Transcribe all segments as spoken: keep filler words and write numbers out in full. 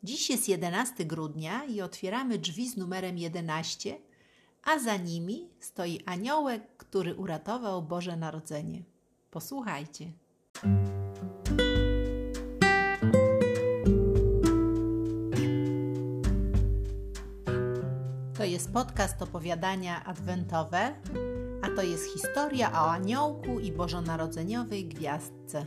Dziś jest jedenastego grudnia i otwieramy drzwi z numerem jedenaście, a za nimi stoi aniołek, który uratował Boże Narodzenie. Posłuchajcie. To jest podcast opowiadania adwentowe, a to jest historia o aniołku i bożonarodzeniowej gwiazdce.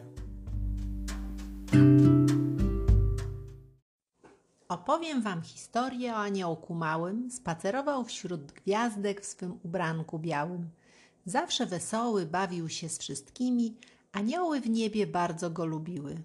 Opowiem Wam historię o aniołku małym. Spacerował wśród gwiazdek w swym ubranku białym. Zawsze wesoły, bawił się z wszystkimi. Anioły w niebie bardzo go lubiły.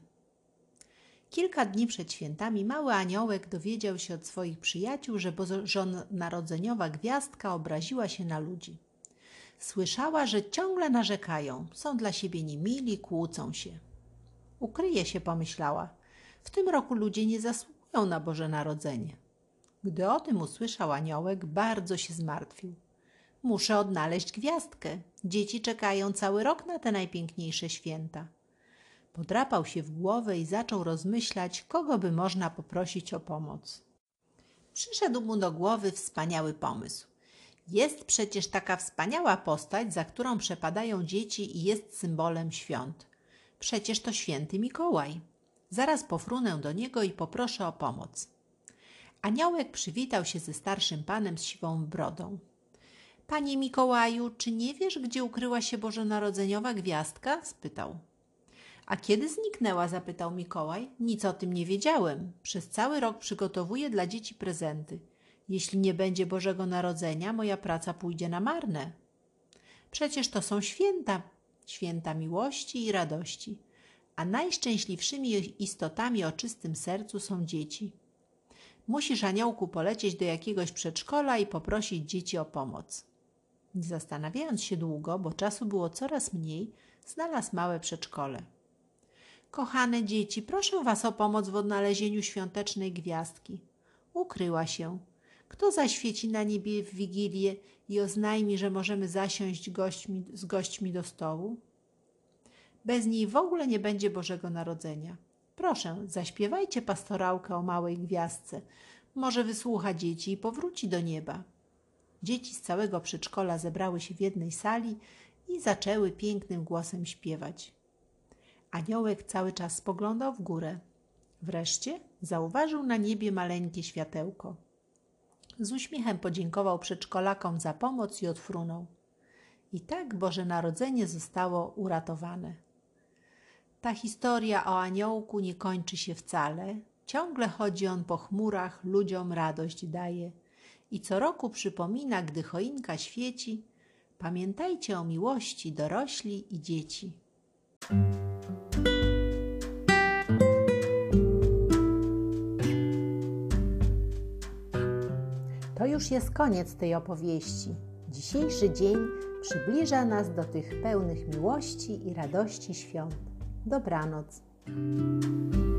Kilka dni przed świętami mały aniołek dowiedział się od swoich przyjaciół, że bożonarodzeniowa gwiazdka obraziła się na ludzi. Słyszała, że ciągle narzekają, są dla siebie niemili, kłócą się. Ukryje się, pomyślała. W tym roku ludzie nie zasługują na Boże Narodzenie. Gdy o tym usłyszał aniołek, bardzo się zmartwił. Muszę odnaleźć gwiazdkę. Dzieci czekają cały rok na te najpiękniejsze święta. Podrapał się w głowę i zaczął rozmyślać, kogo by można poprosić o pomoc. Przyszedł mu do głowy wspaniały pomysł. Jest przecież taka wspaniała postać, za którą przepadają dzieci i jest symbolem świąt. Przecież to święty Mikołaj. Zaraz pofrunę do niego i poproszę o pomoc. Aniołek przywitał się ze starszym panem z siwą brodą. Panie Mikołaju, czy nie wiesz, gdzie ukryła się bożonarodzeniowa gwiazdka? Spytał. A kiedy zniknęła? Zapytał Mikołaj. Nic o tym nie wiedziałem. Przez cały rok przygotowuję dla dzieci prezenty. Jeśli nie będzie Bożego Narodzenia, moja praca pójdzie na marne. Przecież to są święta, święta miłości i radości. A najszczęśliwszymi istotami o czystym sercu są dzieci. Musisz, aniołku, polecieć do jakiegoś przedszkola i poprosić dzieci o pomoc. Nie zastanawiając się długo, bo czasu było coraz mniej, znalazł małe przedszkole. Kochane dzieci, proszę was o pomoc w odnalezieniu świątecznej gwiazdki. Ukryła się. Kto zaświeci na niebie w Wigilię i oznajmi, że możemy zasiąść gośćmi, z gośćmi do stołu? Bez niej w ogóle nie będzie Bożego Narodzenia. Proszę, zaśpiewajcie pastorałkę o małej gwiazdce. Może wysłucha dzieci i powróci do nieba. Dzieci z całego przedszkola zebrały się w jednej sali i zaczęły pięknym głosem śpiewać. Aniołek cały czas spoglądał w górę. Wreszcie zauważył na niebie maleńkie światełko. Z uśmiechem podziękował przedszkolakom za pomoc i odfrunął. I tak Boże Narodzenie zostało uratowane. Ta historia o aniołku nie kończy się wcale. Ciągle chodzi on po chmurach, ludziom radość daje. I co roku przypomina, gdy choinka świeci, pamiętajcie o miłości dorośli i dzieci. To już jest koniec tej opowieści. Dzisiejszy dzień przybliża nas do tych pełnych miłości i radości świąt. Dobranoc.